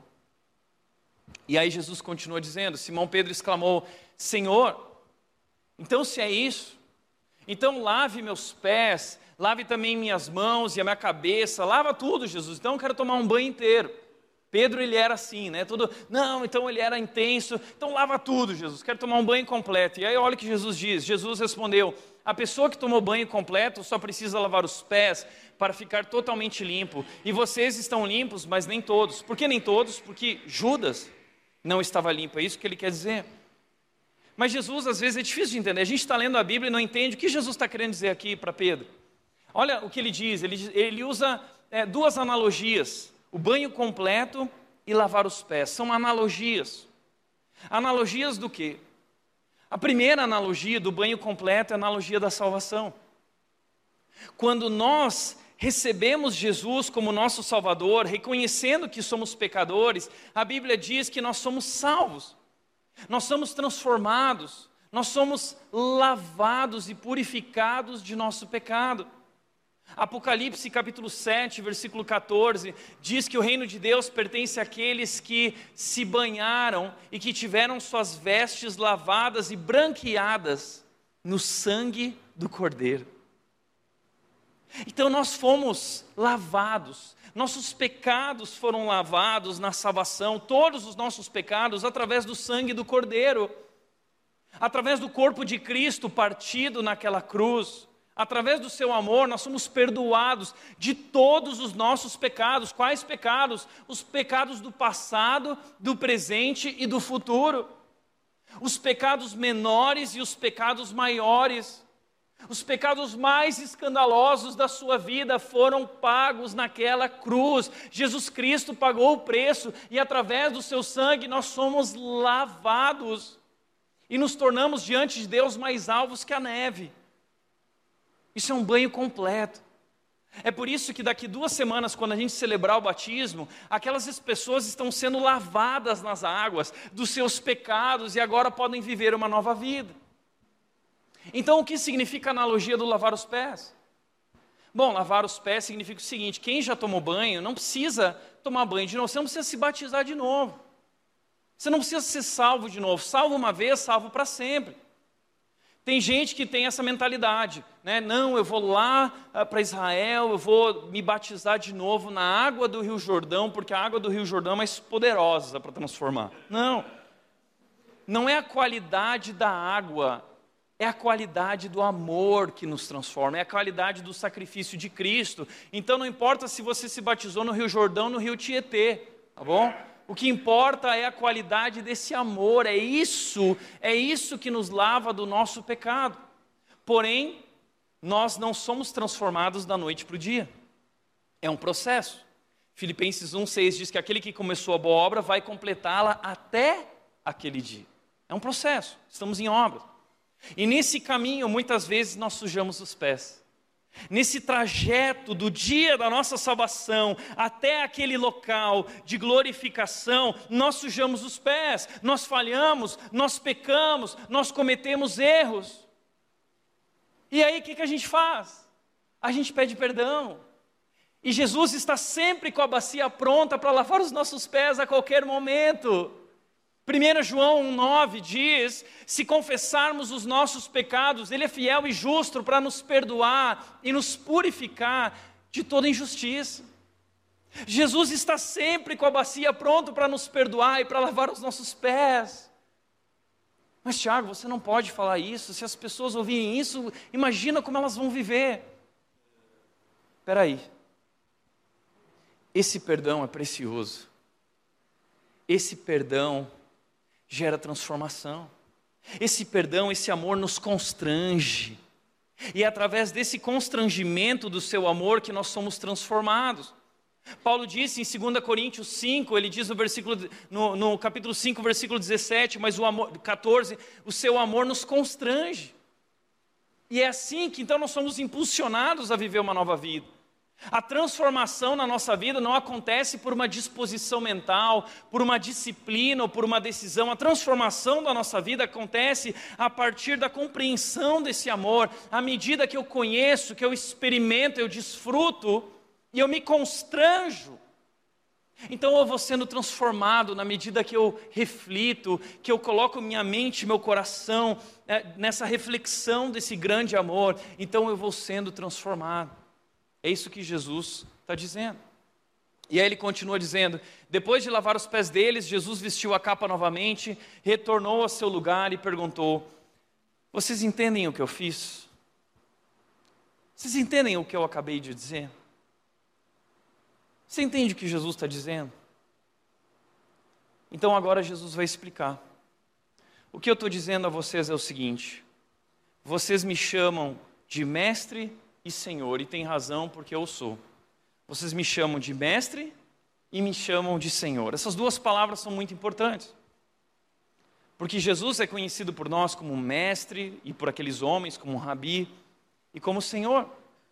E aí Jesus continua dizendo, Simão Pedro exclamou: Senhor, então se é isso, então lave meus pés, lave também minhas mãos e a minha cabeça, lava tudo, Jesus, então eu quero tomar um banho inteiro. Pedro, ele era assim, né? Não, então ele era intenso, então lava tudo, Jesus, quero tomar um banho completo. E aí olha o que Jesus diz. Jesus respondeu: a pessoa que tomou banho completo só precisa lavar os pés para ficar totalmente limpo. E vocês estão limpos, mas nem todos. Por que nem todos? Porque Judas não estava limpo, é isso que ele quer dizer. Mas Jesus, às vezes, é difícil de entender. A gente está lendo a Bíblia e não entende o que Jesus está querendo dizer aqui para Pedro. Olha o que ele diz, ele usa duas analogias: o banho completo e lavar os pés. São analogias. Analogias do quê? A primeira analogia do banho completo é a analogia da salvação. Quando nós recebemos Jesus como nosso Salvador, reconhecendo que somos pecadores, a Bíblia diz que nós somos salvos, nós somos transformados, nós somos lavados e purificados de nosso pecado. Apocalipse capítulo 7, versículo 14, diz que o reino de Deus pertence àqueles que se banharam e que tiveram suas vestes lavadas e branqueadas no sangue do Cordeiro. Então nós fomos lavados, nossos pecados foram lavados na salvação, todos os nossos pecados através do sangue do Cordeiro, através do corpo de Cristo partido naquela cruz. Através do seu amor, nós somos perdoados de todos os nossos pecados. Quais pecados? Os pecados do passado, do presente e do futuro. Os pecados menores e os pecados maiores. Os pecados mais escandalosos da sua vida foram pagos naquela cruz. Jesus Cristo pagou o preço e através do seu sangue nós somos lavados. E nos tornamos diante de Deus mais alvos que a neve. Isso é um banho completo. É por isso que daqui 2 semanas, quando a gente celebrar o batismo, aquelas pessoas estão sendo lavadas nas águas dos seus pecados e agora podem viver uma nova vida. Então, o que significa a analogia do lavar os pés? Bom, lavar os pés significa o seguinte: quem já tomou banho não precisa tomar banho de novo, você não precisa se batizar de novo. Você não precisa ser salvo de novo. Salvo uma vez, salvo para sempre. Tem gente que tem essa mentalidade, né? Não, eu vou lá para Israel, eu vou me batizar de novo na água do Rio Jordão, porque a água do Rio Jordão é mais poderosa para transformar. Não é a qualidade da água, é a qualidade do amor que nos transforma, é a qualidade do sacrifício de Cristo. Então não importa se você se batizou no Rio Jordão, no Rio Tietê, tá bom? O que importa é a qualidade desse amor, é isso que nos lava do nosso pecado. Porém, nós não somos transformados da noite para o dia. É um processo. Filipenses 1,6 diz que aquele que começou a boa obra vai completá-la até aquele dia. É um processo, estamos em obra. E nesse caminho, muitas vezes, nós sujamos os pés. Nesse trajeto do dia da nossa salvação até aquele local de glorificação, nós sujamos os pés, nós falhamos, nós pecamos, nós cometemos erros. E aí o que a gente faz? A gente pede perdão. E Jesus está sempre com a bacia pronta para lavar os nossos pés a qualquer momento. 1 João 1,9 diz, se confessarmos os nossos pecados, Ele é fiel e justo para nos perdoar e nos purificar de toda injustiça. Jesus está sempre com a bacia pronta para nos perdoar e para lavar os nossos pés. Mas Tiago, você não pode falar isso, se as pessoas ouvirem isso, imagina como elas vão viver. Espera aí, esse perdão é precioso, esse perdão gera transformação. Esse perdão, esse amor nos constrange. E é através desse constrangimento do seu amor que nós somos transformados. Paulo disse em 2 Coríntios 5, ele diz no capítulo 5, versículo 17, mas o amor, 14, o seu amor nos constrange. E é assim que então nós somos impulsionados a viver uma nova vida. A transformação na nossa vida não acontece por uma disposição mental, por uma disciplina ou por uma decisão. A transformação da nossa vida acontece a partir da compreensão desse amor. À medida que eu conheço, que eu experimento, eu desfruto e eu me constranjo. Então eu vou sendo transformado na medida que eu reflito, que eu coloco minha mente, meu coração nessa reflexão desse grande amor. Então eu vou sendo transformado. É isso que Jesus está dizendo. E aí ele continua dizendo, depois de lavar os pés deles, Jesus vestiu a capa novamente, retornou ao seu lugar e perguntou, vocês entendem o que eu fiz? Vocês entendem o que eu acabei de dizer? Você entende o que Jesus está dizendo? Então agora Jesus vai explicar. O que eu estou dizendo a vocês é o seguinte, vocês me chamam de mestre e Senhor, e tem razão porque eu sou. Vocês me chamam de mestre e me chamam de Senhor. Essas duas palavras são muito importantes. Porque Jesus é conhecido por nós como mestre e por aqueles homens como rabi e como Senhor.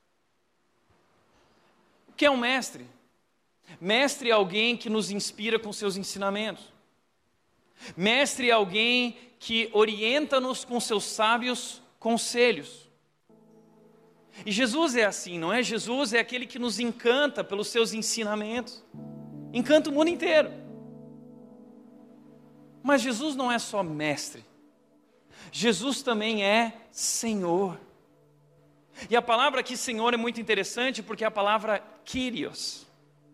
O que é um mestre? Mestre é alguém que nos inspira com seus ensinamentos. Mestre é alguém que orienta-nos com seus sábios conselhos. E Jesus é assim, não é? Jesus é aquele que nos encanta pelos seus ensinamentos. Encanta o mundo inteiro. Mas Jesus não é só mestre. Jesus também é Senhor. E a palavra aqui, Senhor, é muito interessante porque é a palavra Kyrios.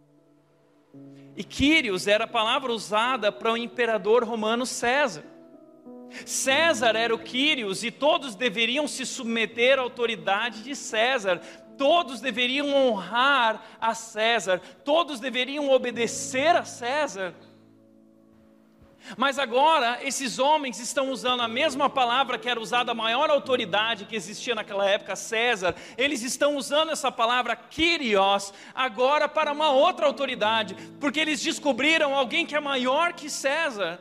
E Kyrios era a palavra usada para o imperador romano César. César era o Quírios e todos deveriam se submeter à autoridade de César. Todos deveriam honrar a César. Todos deveriam obedecer a César. Mas agora esses homens estão usando a mesma palavra que era usada a maior autoridade que existia naquela época, César. Eles estão usando essa palavra Kyrios agora para uma outra autoridade, porque eles descobriram alguém que é maior que César.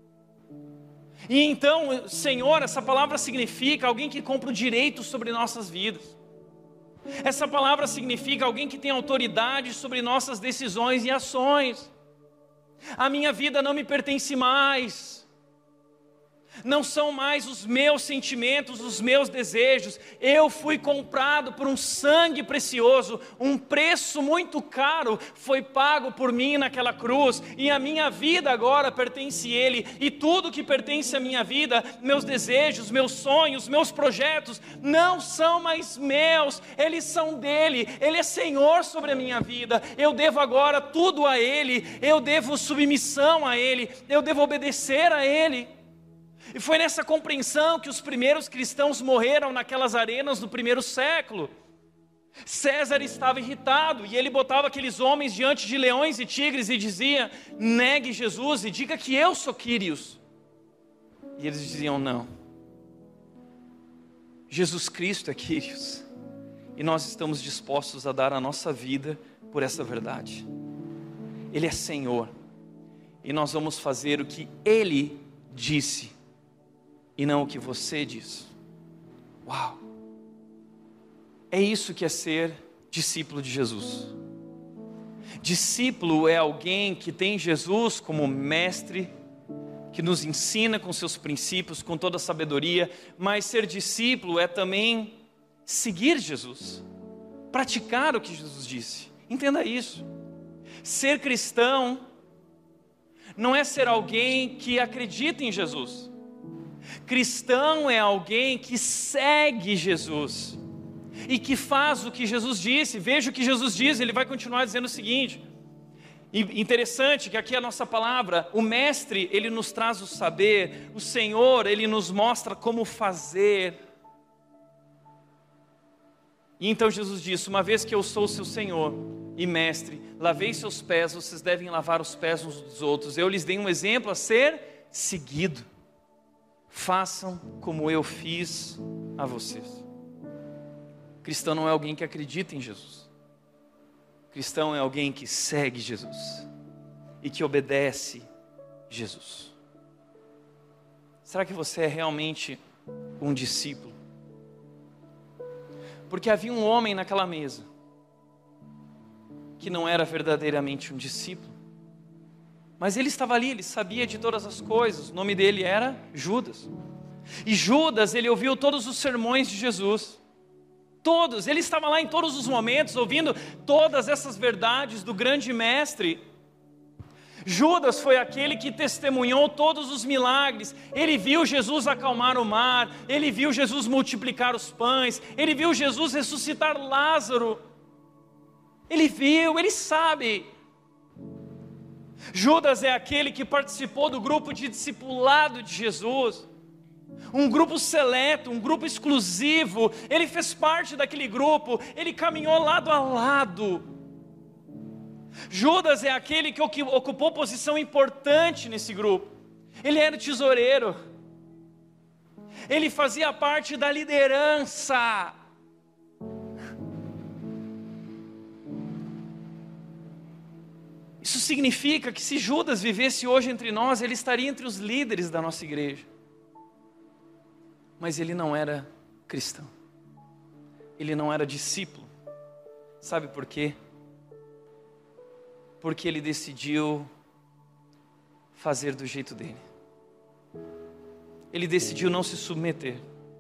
E então, Senhor, essa palavra significa alguém que compra o direito sobre nossas vidas. Essa palavra significa alguém que tem autoridade sobre nossas decisões e ações. A minha vida não me pertence mais. não são mais os meus sentimentos, os meus desejos. Eu fui comprado por um sangue precioso, um preço muito caro foi pago por mim naquela cruz, e a minha vida agora pertence a Ele, e tudo que pertence à minha vida, meus desejos, meus sonhos, meus projetos, não são mais meus, eles são dEle. Ele é Senhor sobre a minha vida, eu devo agora tudo a Ele, eu devo submissão a Ele, eu devo obedecer a Ele. E foi nessa compreensão que os primeiros cristãos morreram naquelas arenas do primeiro século. César estava irritado e ele botava aqueles homens diante de leões e tigres e dizia: negue Jesus e diga que eu sou Quírios. E eles diziam: não, Jesus Cristo é Quírios, e nós estamos dispostos a dar a nossa vida por essa verdade. Ele é Senhor, e nós vamos fazer o que Ele disse e não o que você diz. Uau! É isso que é ser discípulo de Jesus. Discípulo é alguém que tem Jesus como mestre, que nos ensina com seus princípios, com toda a sabedoria, mas ser discípulo é também seguir Jesus, praticar o que Jesus disse. Entenda isso. Ser cristão não é ser alguém que acredita em Jesus. Cristão é alguém que segue Jesus e que faz o que Jesus disse. Veja o que Jesus diz, ele vai continuar dizendo o seguinte. Interessante que aqui a nossa palavra, o mestre, ele nos traz o saber, o Senhor, ele nos mostra como fazer. E então Jesus disse: uma vez que eu sou o seu Senhor e mestre, lavei seus pés, vocês devem lavar os pés uns dos outros. Eu lhes dei um exemplo a ser seguido. Façam como eu fiz a vocês. Cristão não é alguém que acredita em Jesus. Cristão é alguém que segue Jesus e que obedece Jesus. Será que você é realmente um discípulo? Porque havia um homem naquela mesa que não era verdadeiramente um discípulo, mas ele estava ali, ele sabia de todas as coisas. O nome dele era Judas. E Judas, ele ouviu todos os sermões de Jesus. Todos, ele estava lá em todos os momentos, ouvindo todas essas verdades do grande mestre. Judas foi aquele que testemunhou todos os milagres. Ele viu Jesus acalmar o mar, ele viu Jesus multiplicar os pães, ele viu Jesus ressuscitar Lázaro. Ele viu, ele sabe. Judas é aquele que participou do grupo de discipulado de Jesus, um grupo seleto, um grupo exclusivo. Ele fez parte daquele grupo, ele caminhou lado a lado. Judas é aquele que ocupou posição importante nesse grupo. Ele era o tesoureiro, ele fazia parte da liderança. Isso significa que se Judas vivesse hoje entre nós, ele estaria entre os líderes da nossa igreja. Mas ele não era cristão. Ele não era discípulo. Sabe por quê? Porque ele decidiu fazer do jeito dele. Ele decidiu não se submeter.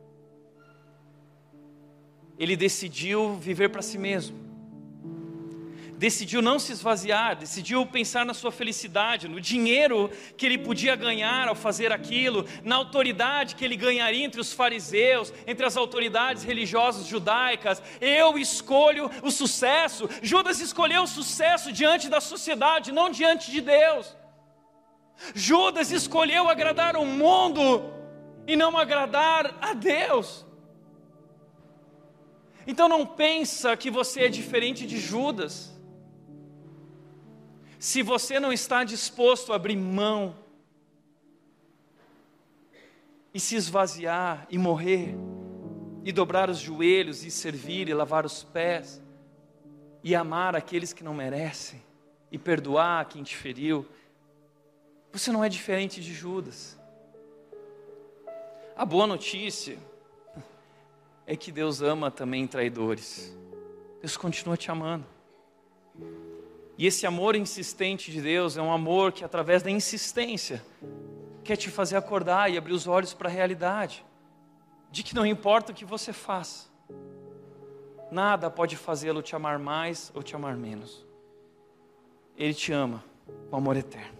Ele decidiu viver para si mesmo. Decidiu não se esvaziar, decidiu pensar na sua felicidade, no dinheiro que ele podia ganhar ao fazer aquilo, na autoridade que ele ganharia entre os fariseus, entre as autoridades religiosas judaicas. Eu escolho o sucesso. Judas escolheu o sucesso diante da sociedade, não diante de Deus. Judas escolheu agradar o mundo e não agradar a Deus. Então não pensa que você é diferente de Judas. Se você não está disposto a abrir mão e se esvaziar e morrer e dobrar os joelhos e servir e lavar os pés e amar aqueles que não merecem e perdoar quem te feriu, você não é diferente de Judas. A boa notícia é que Deus ama também traidores. Deus continua te amando. E esse amor insistente de Deus é um amor que, através da insistência quer te fazer acordar e abrir os olhos para a realidade de que não importa o que você faça, nada pode fazê-lo te amar mais ou te amar menos. Ele te ama com amor eterno.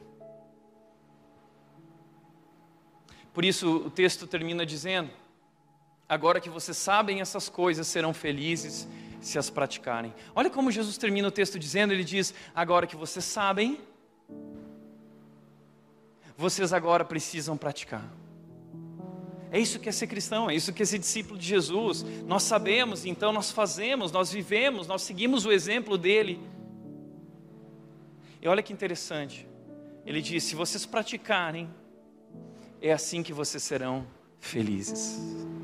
Por isso o texto termina dizendo: agora que vocês sabem essas coisas, serão felizes se as praticarem. Olha como Jesus termina o texto dizendo, ele diz: agora que vocês sabem, vocês agora precisam praticar. É isso que é ser cristão, é isso que é ser discípulo de Jesus. Nós sabemos, então nós fazemos, nós vivemos, nós seguimos o exemplo dele. E olha que interessante, ele diz: se vocês praticarem, é assim que vocês serão felizes.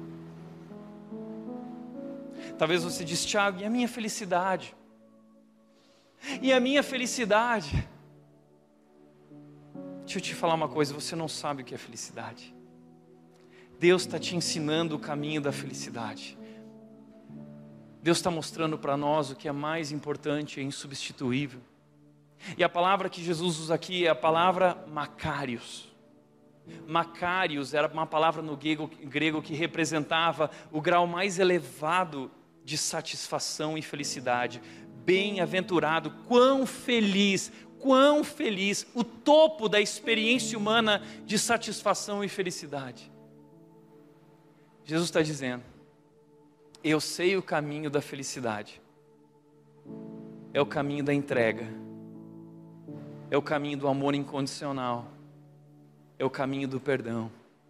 Talvez você diz: Tiago, e a minha felicidade? E a minha felicidade? Deixa eu te falar uma coisa, você não sabe o que é felicidade. Deus está te ensinando o caminho da felicidade. Deus está mostrando para nós o que é mais importante e insubstituível. E a palavra que Jesus usa aqui é a palavra Makarios. Makarios era uma palavra no grego que representava o grau mais elevado de satisfação e felicidade. Bem-aventurado, quão feliz, o topo da experiência humana de satisfação e felicidade. Jesus está dizendo: eu sei o caminho da felicidade, é o caminho da entrega, é o caminho do amor incondicional, é o caminho do perdão.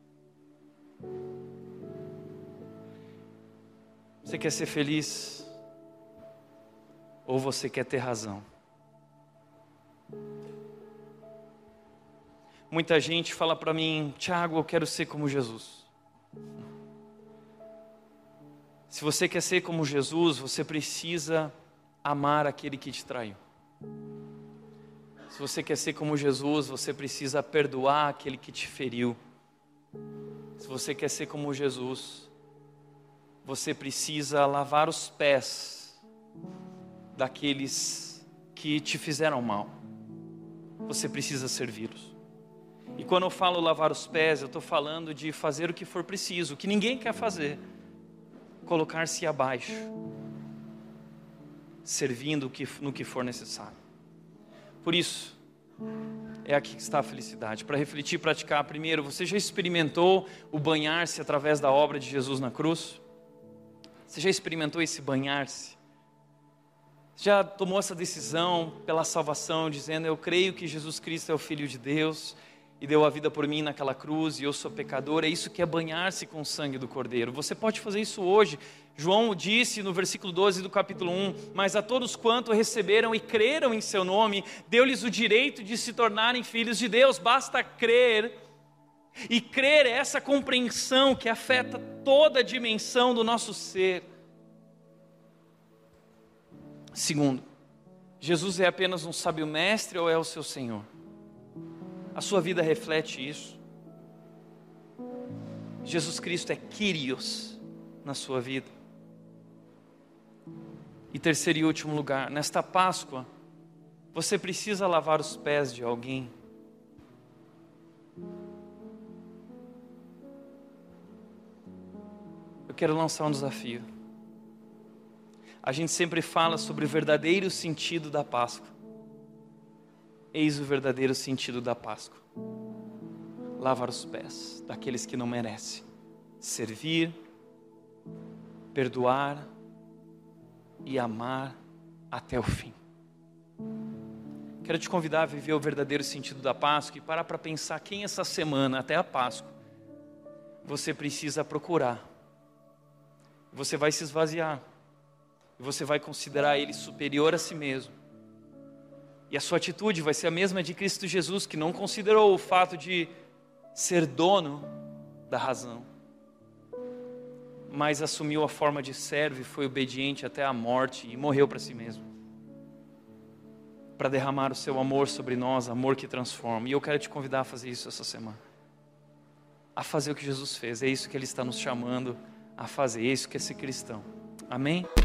Você quer ser feliz? Ou você quer ter razão? Muita gente fala para mim: Tiago, eu quero ser como Jesus. Se você quer ser como Jesus, você precisa amar aquele que te traiu. Se você quer ser como Jesus, você precisa perdoar aquele que te feriu. Se você quer ser como Jesus, você precisa lavar os pés daqueles que te fizeram mal. Você precisa servi-los. E quando eu falo lavar os pés, eu estou falando de fazer o que for preciso, o que ninguém quer fazer. Colocar-se abaixo, servindo no que for necessário. Por isso, é aqui que está a felicidade. Para refletir e praticar, primeiro, você já experimentou o banhar-se através da obra de Jesus na cruz? Você já experimentou esse banhar-se? Já tomou essa decisão pela salvação, dizendo: eu creio que Jesus Cristo é o Filho de Deus e deu a vida por mim naquela cruz, e eu sou pecador? É isso que é banhar-se com o sangue do Cordeiro. Você pode fazer isso hoje. João disse no versículo 12 do capítulo 1: mas a todos quanto receberam e creram em seu nome, deu-lhes o direito de se tornarem filhos de Deus. Basta crer, e crer é essa compreensão que afeta toda a dimensão do nosso ser. Segundo, Jesus é apenas um sábio mestre ou é o seu Senhor? A sua vida reflete isso? Jesus Cristo é Kyrios na sua vida? E terceiro e último lugar, nesta Páscoa, você precisa lavar os pés de alguém? Eu quero lançar um desafio. A gente sempre fala sobre o verdadeiro sentido da Páscoa. Eis o verdadeiro sentido da Páscoa: lavar os pés daqueles que não merecem, servir, perdoar e amar até o fim. Quero te convidar a viver o verdadeiro sentido da Páscoa e parar para pensar quem essa semana, até a Páscoa, você precisa procurar. Você vai se esvaziar e você vai considerar ele superior a si mesmo. E a sua atitude vai ser a mesma de Cristo Jesus, que não considerou o fato de ser dono da razão, mas assumiu a forma de servo e foi obediente até a morte e morreu para si mesmo, para derramar o seu amor sobre nós, amor que transforma. E eu quero te convidar a fazer isso essa semana, a fazer o que Jesus fez. É isso que Ele está nos chamando a fazer, é isso que é ser cristão. Amém?